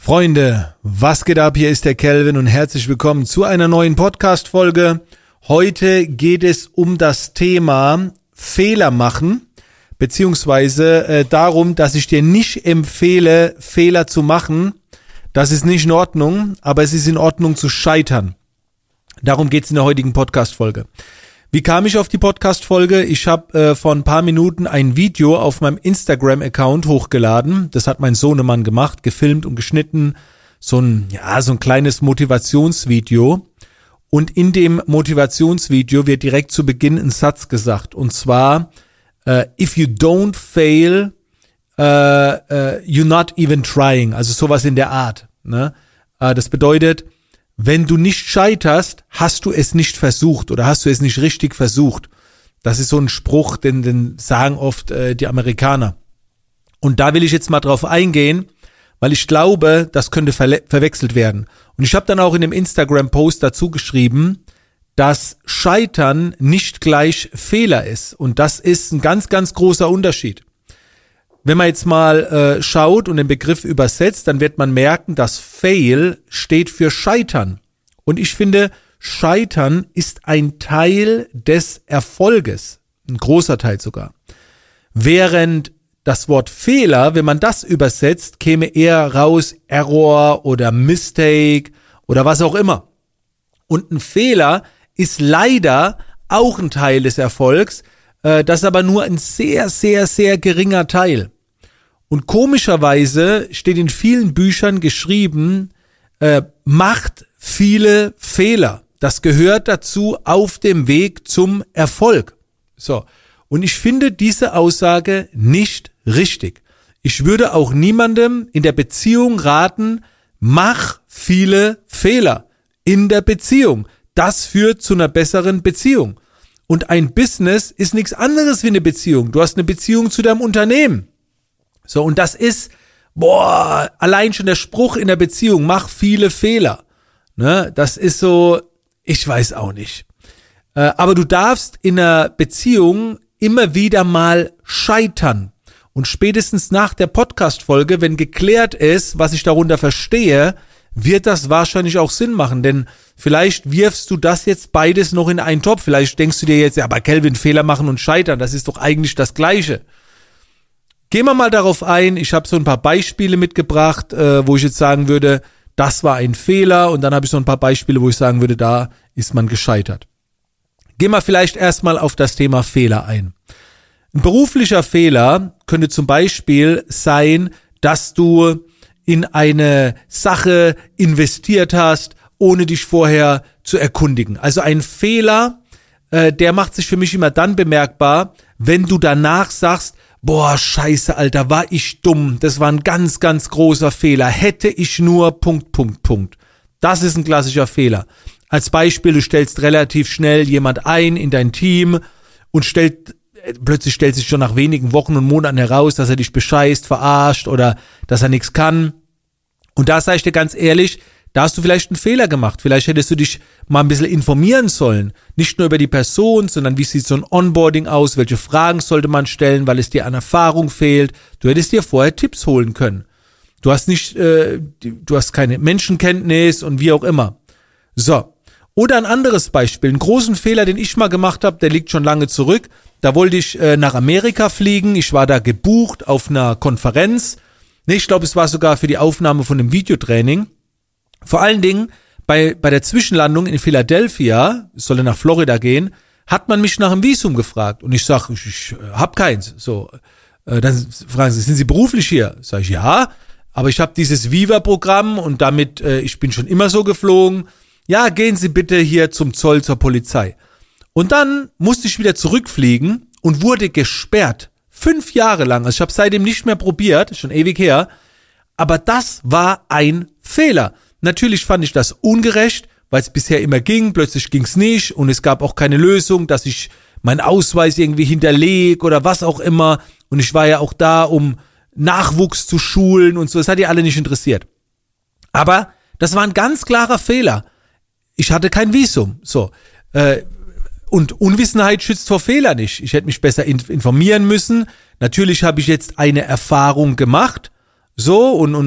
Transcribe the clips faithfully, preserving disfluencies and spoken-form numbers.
Freunde, was geht ab? Hier ist der Kelvin und herzlich willkommen zu einer neuen Podcast-Folge. Heute geht es um das Thema Fehler machen, beziehungsweise äh, darum, dass ich dir nicht empfehle, Fehler zu machen. Das ist nicht in Ordnung, aber es ist in Ordnung zu scheitern. Darum geht es in der heutigen Podcast-Folge. Wie kam ich auf die Podcast-Folge? Ich habe äh, vor ein paar Minuten ein Video auf meinem Instagram-Account hochgeladen. Das hat mein Sohnemann gemacht, gefilmt und geschnitten. So ein, ja, so ein kleines Motivationsvideo. Und in dem Motivationsvideo wird direkt zu Beginn ein Satz gesagt. Und zwar, uh, if you don't fail, uh, uh, you're not even trying. Also sowas in der Art. Ne? Uh, das bedeutet, wenn du nicht scheiterst, hast du es nicht versucht oder hast du es nicht richtig versucht. Das ist so ein Spruch, den, den sagen oft äh, die Amerikaner. Und da will ich jetzt mal drauf eingehen, weil ich glaube, das könnte verle- verwechselt werden. Und ich habe dann auch in dem Instagram-Post dazu geschrieben, dass Scheitern nicht gleich Fehler ist. Und das ist ein ganz, ganz großer Unterschied. Wenn man jetzt mal äh, schaut und den Begriff übersetzt, dann wird man merken, dass Fail steht für Scheitern. Und ich finde, Scheitern ist ein Teil des Erfolges. Ein großer Teil sogar. Während das Wort Fehler, wenn man das übersetzt, käme eher raus Error oder Mistake oder was auch immer. Und ein Fehler ist leider auch ein Teil des Erfolgs, äh, das ist aber nur ein sehr, sehr, sehr geringer Teil. Und komischerweise steht in vielen Büchern geschrieben, äh, macht viele Fehler. Das gehört dazu auf dem Weg zum Erfolg. So. Und ich finde diese Aussage nicht richtig. Ich würde auch niemandem in der Beziehung raten, mach viele Fehler in der Beziehung. Das führt zu einer besseren Beziehung. Und ein Business ist nichts anderes wie eine Beziehung. Du hast eine Beziehung zu deinem Unternehmen. So, und das ist, boah, allein schon der Spruch in der Beziehung, mach viele Fehler. Ne, das ist so, ich weiß auch nicht. Äh, aber du darfst in einer Beziehung immer wieder mal scheitern. Und spätestens nach der Podcast-Folge, wenn geklärt ist, was ich darunter verstehe, wird das wahrscheinlich auch Sinn machen. Denn vielleicht wirfst du das jetzt beides noch in einen Topf. Vielleicht denkst du dir jetzt, ja, aber Kelvin, Fehler machen und scheitern, das ist doch eigentlich das Gleiche. Gehen wir mal darauf ein, ich habe so ein paar Beispiele mitgebracht, äh, wo ich jetzt sagen würde, das war ein Fehler, und dann habe ich so ein paar Beispiele, wo ich sagen würde, da ist man gescheitert. Gehen wir vielleicht erstmal auf das Thema Fehler ein. Ein beruflicher Fehler könnte zum Beispiel sein, dass du in eine Sache investiert hast, ohne dich vorher zu erkundigen. Also ein Fehler, äh, der macht sich für mich immer dann bemerkbar, wenn du danach sagst, boah, scheiße, Alter, war ich dumm. Das war ein ganz, ganz großer Fehler. Hätte ich nur, Punkt, Punkt, Punkt. Das ist ein klassischer Fehler. Als Beispiel, du stellst relativ schnell jemand ein in dein Team und stellt, plötzlich stellt sich schon nach wenigen Wochen und Monaten heraus, dass er dich bescheißt, verarscht oder dass er nichts kann. Und da sage ich dir ganz ehrlich, da hast du vielleicht einen Fehler gemacht. Vielleicht hättest du dich mal ein bisschen informieren sollen. Nicht nur über die Person, sondern wie sieht so ein Onboarding aus, welche Fragen sollte man stellen, weil es dir an Erfahrung fehlt. Du hättest dir vorher Tipps holen können. Du hast nicht, äh, du hast keine Menschenkenntnis und wie auch immer. So. Oder ein anderes Beispiel, einen großen Fehler, den ich mal gemacht habe, der liegt schon lange zurück. Da wollte ich äh, nach Amerika fliegen. Ich war da gebucht auf einer Konferenz. Nee, ich glaube, es war sogar für die Aufnahme von einem Videotraining. Vor allen Dingen bei bei der Zwischenlandung in Philadelphia, es solle nach Florida gehen, hat man mich nach einem Visum gefragt. Und ich sage, ich, ich hab keins. So, äh, dann fragen sie, sind Sie beruflich hier? Sag ich, ja, aber ich habe dieses Viva-Programm und damit, äh, ich bin schon immer so geflogen. Ja, gehen Sie bitte hier zum Zoll, zur Polizei. Und dann musste ich wieder zurückfliegen und wurde gesperrt. Fünf Jahre lang. Also ich habe seitdem nicht mehr probiert, schon ewig her. Aber das war ein Fehler. Natürlich fand ich das ungerecht, weil es bisher immer ging, plötzlich ging es nicht und es gab auch keine Lösung, dass ich meinen Ausweis irgendwie hinterlege oder was auch immer. Und ich war ja auch da, um Nachwuchs zu schulen und so. Das hat die alle nicht interessiert. Aber das war ein ganz klarer Fehler. Ich hatte kein Visum. So. Äh, und Unwissenheit schützt vor Fehler nicht. Ich hätte mich besser informieren müssen. Natürlich habe ich jetzt eine Erfahrung gemacht. So und, und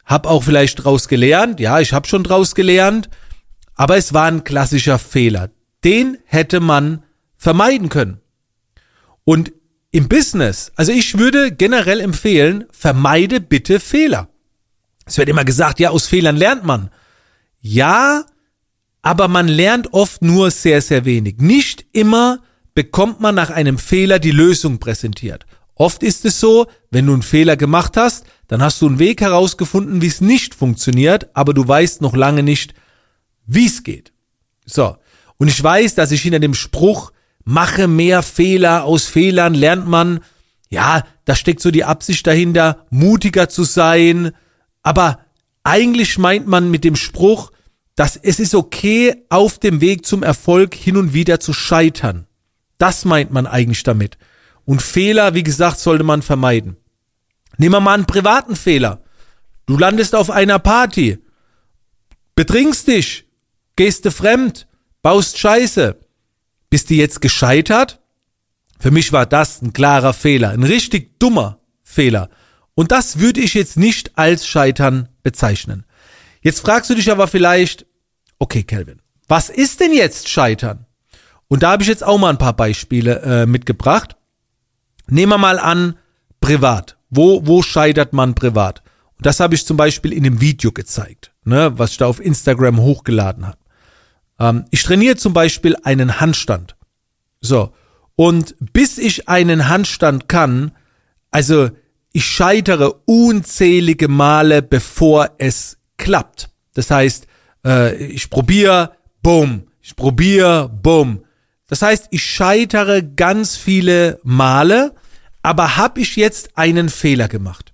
Hab auch vielleicht draus gelernt. Ja, ich habe schon draus gelernt. Aber es war ein klassischer Fehler. Den hätte man vermeiden können. Und im Business, also ich würde generell empfehlen, vermeide bitte Fehler. Es wird immer gesagt, ja, aus Fehlern lernt man. Ja, aber man lernt oft nur sehr, sehr wenig. Nicht immer bekommt man nach einem Fehler die Lösung präsentiert. Oft ist es so, wenn du einen Fehler gemacht hast, dann hast du einen Weg herausgefunden, wie es nicht funktioniert, aber du weißt noch lange nicht, wie es geht. So. Und ich weiß, dass ich hinter dem Spruch, mache mehr Fehler, aus Fehlern lernt man, ja, da steckt so die Absicht dahinter, mutiger zu sein, aber eigentlich meint man mit dem Spruch, dass es ist okay, auf dem Weg zum Erfolg hin und wieder zu scheitern. Das meint man eigentlich damit. Und Fehler, wie gesagt, sollte man vermeiden. Nehmen wir mal einen privaten Fehler. Du landest auf einer Party, betrinkst dich, gehst du fremd, baust Scheiße. Bist du jetzt gescheitert? Für mich war das ein klarer Fehler, ein richtig dummer Fehler. Und das würde ich jetzt nicht als Scheitern bezeichnen. Jetzt fragst du dich aber vielleicht, okay, Kelvin, was ist denn jetzt Scheitern? Und da habe ich jetzt auch mal ein paar Beispiele äh, mitgebracht. Nehmen wir mal an, privat. Wo, wo scheitert man privat? Und das habe ich zum Beispiel in einem Video gezeigt, ne, was ich da auf Instagram hochgeladen habe. Ähm, ich trainiere zum Beispiel einen Handstand. So. Und bis ich einen Handstand kann, also ich scheitere unzählige Male, bevor es klappt. Das heißt, äh, ich probiere, bumm, ich probiere, bumm. Das heißt, ich scheitere ganz viele Male, aber habe ich jetzt einen Fehler gemacht?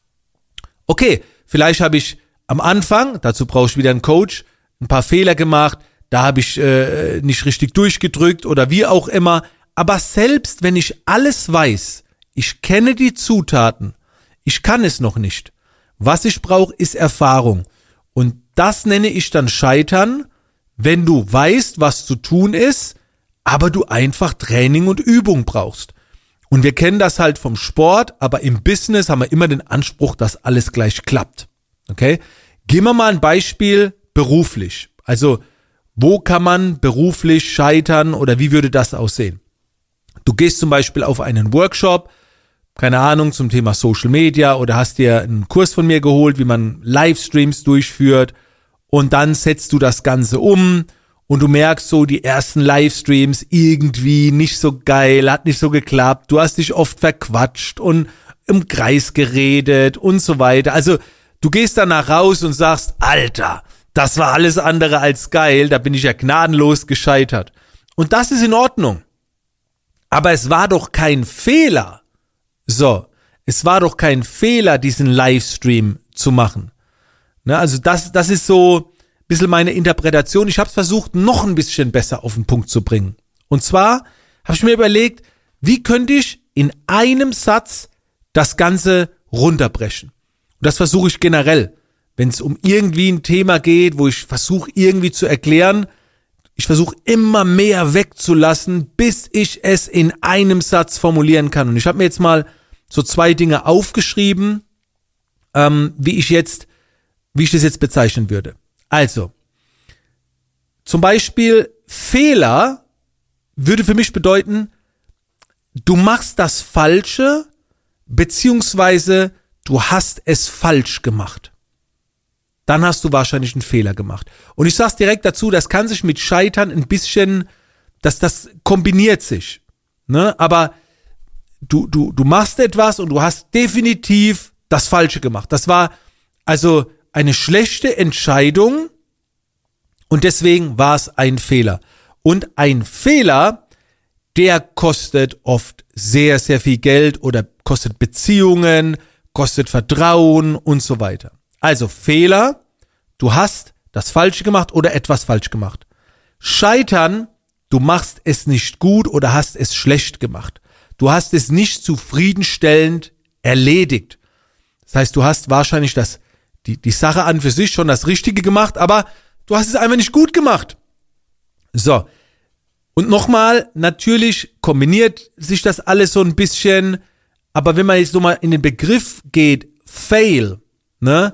Okay, vielleicht habe ich am Anfang, dazu brauche ich wieder einen Coach, ein paar Fehler gemacht, da habe ich äh, nicht richtig durchgedrückt oder wie auch immer. Aber selbst wenn ich alles weiß, ich kenne die Zutaten, ich kann es noch nicht. Was ich brauche, ist Erfahrung. Und das nenne ich dann Scheitern, wenn du weißt, was zu tun ist, aber du einfach Training und Übung brauchst. Und wir kennen das halt vom Sport, aber im Business haben wir immer den Anspruch, dass alles gleich klappt. Okay? Gehen wir mal ein Beispiel beruflich. Also, wo kann man beruflich scheitern oder wie würde das aussehen? Du gehst zum Beispiel auf einen Workshop, keine Ahnung, zum Thema Social Media oder hast dir einen Kurs von mir geholt, wie man Livestreams durchführt und dann setzt du das Ganze um und du merkst so, die ersten Livestreams irgendwie nicht so geil, hat nicht so geklappt, du hast dich oft verquatscht und im Kreis geredet und so weiter. Also du gehst danach raus und sagst, Alter, das war alles andere als geil, da bin ich ja gnadenlos gescheitert. Und das ist in Ordnung. Aber es war doch kein Fehler. So, es war doch kein Fehler, diesen Livestream zu machen. Ne, also das, das ist so ein bisschen meine Interpretation. Ich habe es versucht, noch ein bisschen besser auf den Punkt zu bringen. Und zwar habe ich mir überlegt, wie könnte ich in einem Satz das Ganze runterbrechen. Und das versuche ich generell, wenn es um irgendwie ein Thema geht, wo ich versuche irgendwie zu erklären. Ich versuche immer mehr wegzulassen, bis ich es in einem Satz formulieren kann. Und ich habe mir jetzt mal so zwei Dinge aufgeschrieben, ähm, wie ich jetzt, wie ich das jetzt bezeichnen würde. Also, zum Beispiel Fehler würde für mich bedeuten, du machst das Falsche, beziehungsweise du hast es falsch gemacht. Dann hast du wahrscheinlich einen Fehler gemacht. Und ich sag's direkt dazu, das kann sich mit Scheitern ein bisschen, das, das kombiniert sich. Ne? Aber du, du, du machst etwas und du hast definitiv das Falsche gemacht. Das war also eine schlechte Entscheidung und deswegen war es ein Fehler. Und ein Fehler, der kostet oft sehr, sehr viel Geld oder kostet Beziehungen, kostet Vertrauen und so weiter. Also Fehler, du hast das Falsche gemacht oder etwas falsch gemacht. Scheitern, du machst es nicht gut oder hast es schlecht gemacht. Du hast es nicht zufriedenstellend erledigt. Das heißt, du hast wahrscheinlich das, die, die Sache an für sich schon das Richtige gemacht, aber du hast es einfach nicht gut gemacht. So. Und nochmal, natürlich kombiniert sich das alles so ein bisschen, aber wenn man jetzt nochmal in den Begriff geht, Fail, ne?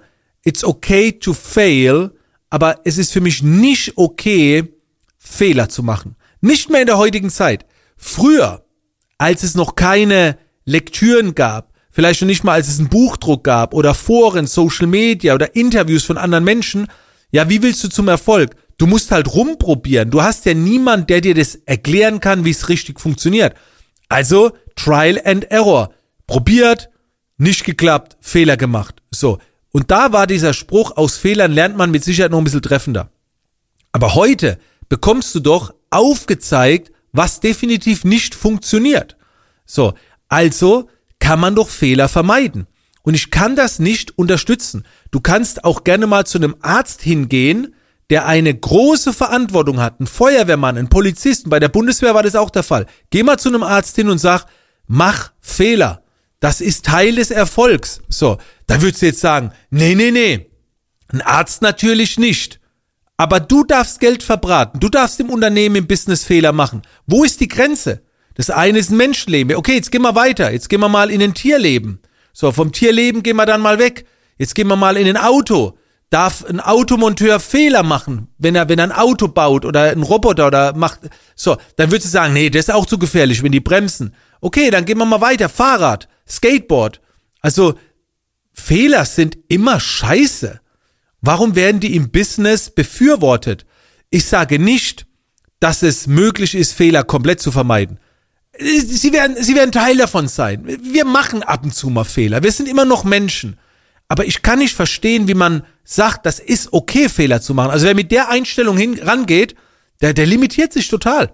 it's okay to fail, aber es ist für mich nicht okay, Fehler zu machen. Nicht mehr in der heutigen Zeit. Früher, als es noch keine Lektüren gab, vielleicht noch nicht mal, als es einen Buchdruck gab oder Foren, Social Media oder Interviews von anderen Menschen, ja, wie willst du zum Erfolg? Du musst halt rumprobieren. Du hast ja niemand, der dir das erklären kann, wie es richtig funktioniert. Also Trial and Error. Probiert, nicht geklappt, Fehler gemacht. So. Und da war dieser Spruch, aus Fehlern lernt man mit Sicherheit noch ein bisschen treffender. Aber heute bekommst du doch aufgezeigt, was definitiv nicht funktioniert. So. Also kann man doch Fehler vermeiden. Und ich kann das nicht unterstützen. Du kannst auch gerne mal zu einem Arzt hingehen, der eine große Verantwortung hat, ein Feuerwehrmann, ein Polizist, bei der Bundeswehr war das auch der Fall. Geh mal zu einem Arzt hin und sag, mach Fehler. Das ist Teil des Erfolgs. So, da würdest du jetzt sagen, nee, nee, nee, ein Arzt natürlich nicht. Aber du darfst Geld verbraten, du darfst im Unternehmen, im Business Fehler machen. Wo ist die Grenze? Das eine ist ein Menschenleben. Okay, jetzt gehen wir weiter, jetzt gehen wir mal in ein Tierleben. So, vom Tierleben gehen wir dann mal weg. Jetzt gehen wir mal in ein Auto. Darf ein Automonteur Fehler machen, wenn er, wenn er ein Auto baut oder ein Roboter oder macht, so, dann würdest du sagen, nee, das ist auch zu gefährlich, wenn die bremsen. Okay, dann gehen wir mal weiter. Fahrrad, Skateboard. Also, Fehler sind immer scheiße. Warum werden die im Business befürwortet? Ich sage nicht, dass es möglich ist, Fehler komplett zu vermeiden. Sie werden, sie werden Teil davon sein. Wir machen ab und zu mal Fehler. Wir sind immer noch Menschen. Aber ich kann nicht verstehen, wie man sagt, das ist okay, Fehler zu machen. Also wer mit der Einstellung hin, rangeht, der, der limitiert sich total.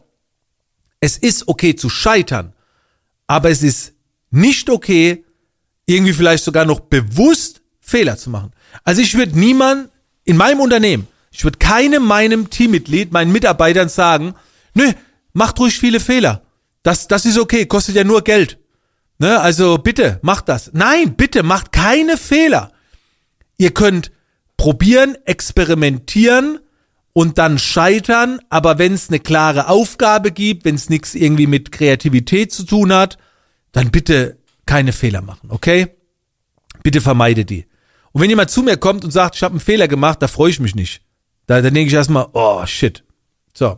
Es ist okay zu scheitern, aber es ist nicht okay, irgendwie vielleicht sogar noch bewusst Fehler zu machen. Also ich würde niemand in meinem Unternehmen, ich würde keinem meinem Teammitglied, meinen Mitarbeitern sagen, nö, macht ruhig viele Fehler. Das, das ist okay, kostet ja nur Geld. Ne, also bitte, macht das. Nein, bitte, macht keine Fehler. Ihr könnt probieren, experimentieren und dann scheitern, aber wenn es eine klare Aufgabe gibt, wenn es nichts irgendwie mit Kreativität zu tun hat, dann bitte keine Fehler machen, okay? Bitte vermeide die. Und wenn jemand zu mir kommt und sagt, ich habe einen Fehler gemacht, da freue ich mich nicht. Da, dann denke ich erstmal, oh shit. So.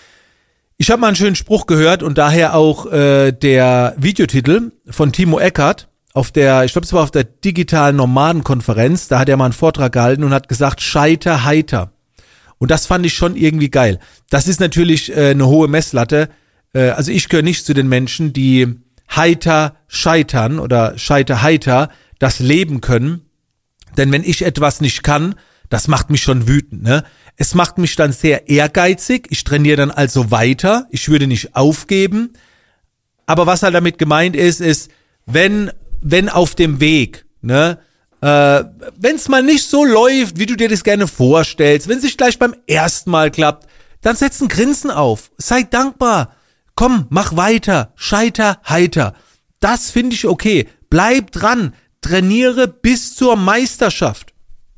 Ich habe mal einen schönen Spruch gehört und daher auch äh, der Videotitel von Timo Eckert auf der, ich glaube es war auf der digitalen Nomadenkonferenz, da hat er mal einen Vortrag gehalten und hat gesagt, scheiter heiter. Und das fand ich schon irgendwie geil. Das ist natürlich äh, eine hohe Messlatte. Äh, also ich gehöre nicht zu den Menschen, die heiter scheitern oder scheiter heiter das leben können. Denn wenn ich etwas nicht kann, das macht mich schon wütend, ne? Es macht mich dann sehr ehrgeizig. Ich trainiere dann also weiter. Ich würde nicht aufgeben. Aber was halt damit gemeint ist, ist, wenn, wenn auf dem Weg, ne, äh, wenn es mal nicht so läuft, wie du dir das gerne vorstellst, wenn es nicht gleich beim ersten Mal klappt, dann setz ein Grinsen auf. Sei dankbar. Komm, mach weiter. Scheiter heiter. Das finde ich okay. Bleib dran. Trainiere bis zur Meisterschaft.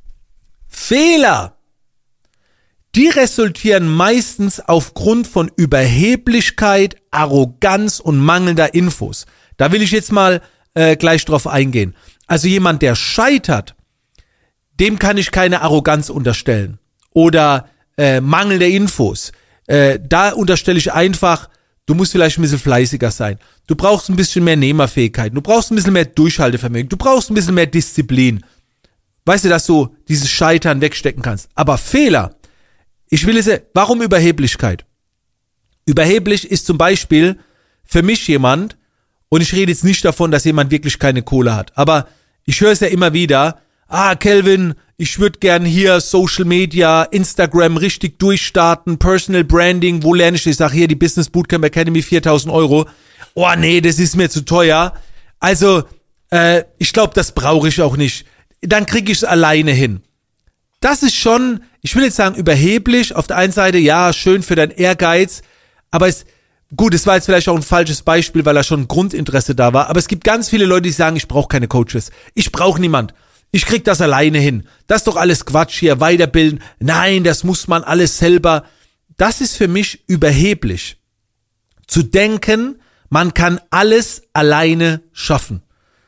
Fehler, die resultieren meistens aufgrund von Überheblichkeit, Arroganz und mangelnder Infos. Da will ich jetzt mal äh, gleich drauf eingehen. Also jemand, der scheitert, dem kann ich keine Arroganz unterstellen oder äh, mangelnde Infos. Äh, da unterstelle ich einfach, du musst vielleicht ein bisschen fleißiger sein. Du brauchst ein bisschen mehr Nehmerfähigkeit. Du brauchst ein bisschen mehr Durchhaltevermögen. Du brauchst ein bisschen mehr Disziplin. Weißt du, dass du dieses Scheitern wegstecken kannst. Aber Fehler, ich will es, warum Überheblichkeit? Überheblich ist zum Beispiel für mich jemand, und ich rede jetzt nicht davon, dass jemand wirklich keine Kohle hat, aber ich höre es ja immer wieder, ah, Kelvin, ich würde gern hier Social Media, Instagram richtig durchstarten, Personal Branding, wo lerne ich das? Ich sage hier, die Business Bootcamp Academy, viertausend Euro. Oh nee, das ist mir zu teuer. Also, äh, ich glaube, das brauche ich auch nicht. Dann kriege ich es alleine hin. Das ist schon, ich will jetzt sagen, überheblich. Auf der einen Seite, ja, schön für deinen Ehrgeiz, aber es, gut, es war jetzt vielleicht auch ein falsches Beispiel, weil da schon ein Grundinteresse da war, aber es gibt ganz viele Leute, die sagen, ich brauche keine Coaches. Ich brauche niemand. Ich krieg das alleine hin. Das ist doch alles Quatsch hier, weiterbilden. Nein, das muss man alles selber. Das ist für mich überheblich. Zu denken, man kann alles alleine schaffen.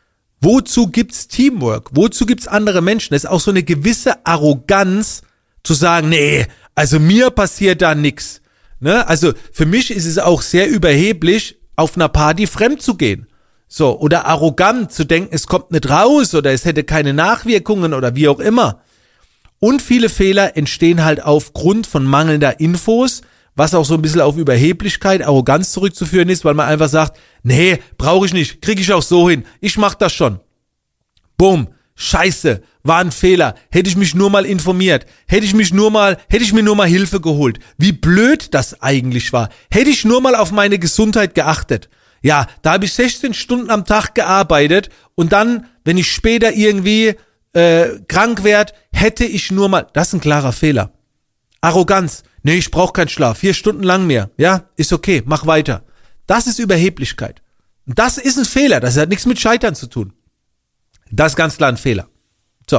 Wozu gibt's Teamwork? Wozu gibt's andere Menschen? Das ist auch so eine gewisse Arroganz zu sagen, nee, also mir passiert da nix. Ne? Also für mich ist es auch sehr überheblich, auf einer Party fremd zu gehen. So, oder arrogant zu denken, es kommt nicht raus oder es hätte keine Nachwirkungen oder wie auch immer. Und viele Fehler entstehen halt aufgrund von mangelnder Infos, was auch so ein bisschen auf Überheblichkeit, Arroganz zurückzuführen ist, weil man einfach sagt, nee, brauche ich nicht, kriege ich auch so hin, ich mach das schon. Boom, scheiße, war ein Fehler, hätte ich mich nur mal informiert, hätte ich mich nur mal, hätte ich mir nur mal Hilfe geholt. Wie blöd das eigentlich war, hätte ich nur mal auf meine Gesundheit geachtet. Ja, da habe ich sechzehn Stunden am Tag gearbeitet und dann, wenn ich später irgendwie äh, krank werde, hätte ich nur mal, das ist ein klarer Fehler. Arroganz, nee, ich brauche keinen Schlaf, vier Stunden lang mehr, ja, ist okay, mach weiter. Das ist Überheblichkeit. Und das ist ein Fehler, das hat nichts mit Scheitern zu tun. Das ist ganz klar ein Fehler. So.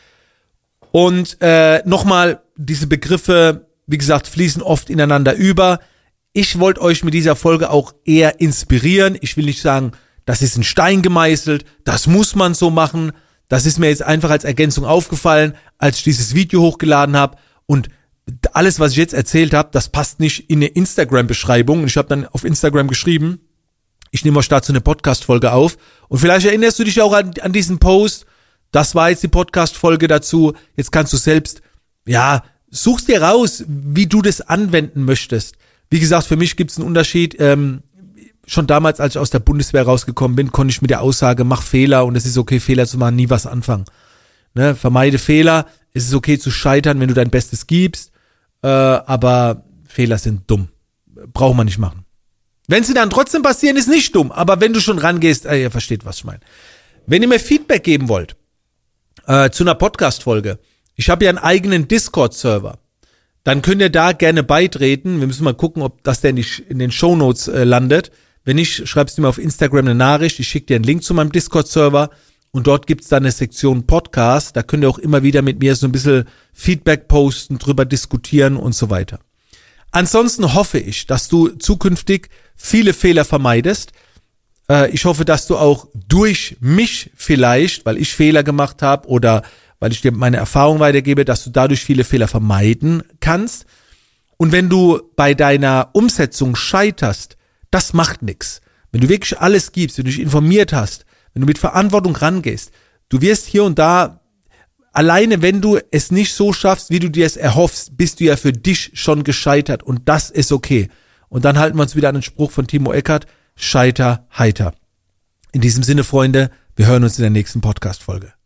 Und äh, nochmal, diese Begriffe, wie gesagt, fließen oft ineinander über. Ich wollte euch mit dieser Folge auch eher inspirieren. Ich will nicht sagen, das ist ein Stein gemeißelt, das muss man so machen. Das ist mir jetzt einfach als Ergänzung aufgefallen, als ich dieses Video hochgeladen habe. Und alles, was ich jetzt erzählt habe, das passt nicht in eine Instagram-Beschreibung. Und ich habe dann auf Instagram geschrieben, ich nehme euch dazu eine Podcast-Folge auf. Und vielleicht erinnerst du dich auch an, an diesen Post. Das war jetzt die Podcast-Folge dazu. Jetzt kannst du selbst, ja, suchst dir raus, wie du das anwenden möchtest. Wie gesagt, für mich gibt es einen Unterschied. Ähm, schon damals, als ich aus der Bundeswehr rausgekommen bin, konnte ich mit der Aussage, mach Fehler und es ist okay, Fehler zu machen, nie was anfangen. Ne? Vermeide Fehler. Es ist okay zu scheitern, wenn du dein Bestes gibst. Äh, aber Fehler sind dumm. Braucht man nicht machen. Wenn sie dann trotzdem passieren, ist nicht dumm. Aber wenn du schon rangehst, äh, ihr versteht, was ich meine. Wenn ihr mir Feedback geben wollt äh, zu einer Podcast-Folge, ich habe ja einen eigenen Discord-Server, dann könnt ihr da gerne beitreten. Wir müssen mal gucken, ob das denn in den Shownotes äh, landet. Wenn nicht, schreibst du mir auf Instagram eine Nachricht. Ich schicke dir einen Link zu meinem Discord-Server und dort gibt's dann eine Sektion Podcast. Da könnt ihr auch immer wieder mit mir so ein bisschen Feedback posten, drüber diskutieren und so weiter. Ansonsten hoffe ich, dass du zukünftig viele Fehler vermeidest. Äh, ich hoffe, dass du auch durch mich vielleicht, weil ich Fehler gemacht habe oder weil ich dir meine Erfahrung weitergebe, dass du dadurch viele Fehler vermeiden kannst. Und wenn du bei deiner Umsetzung scheiterst, das macht nichts. Wenn du wirklich alles gibst, wenn du dich informiert hast, wenn du mit Verantwortung rangehst, du wirst hier und da, alleine wenn du es nicht so schaffst, wie du dir es erhoffst, bist du ja für dich schon gescheitert und das ist okay. Und dann halten wir uns wieder an den Spruch von Timo Eckert, Scheiter heiter. In diesem Sinne, Freunde, wir hören uns in der nächsten Podcast-Folge.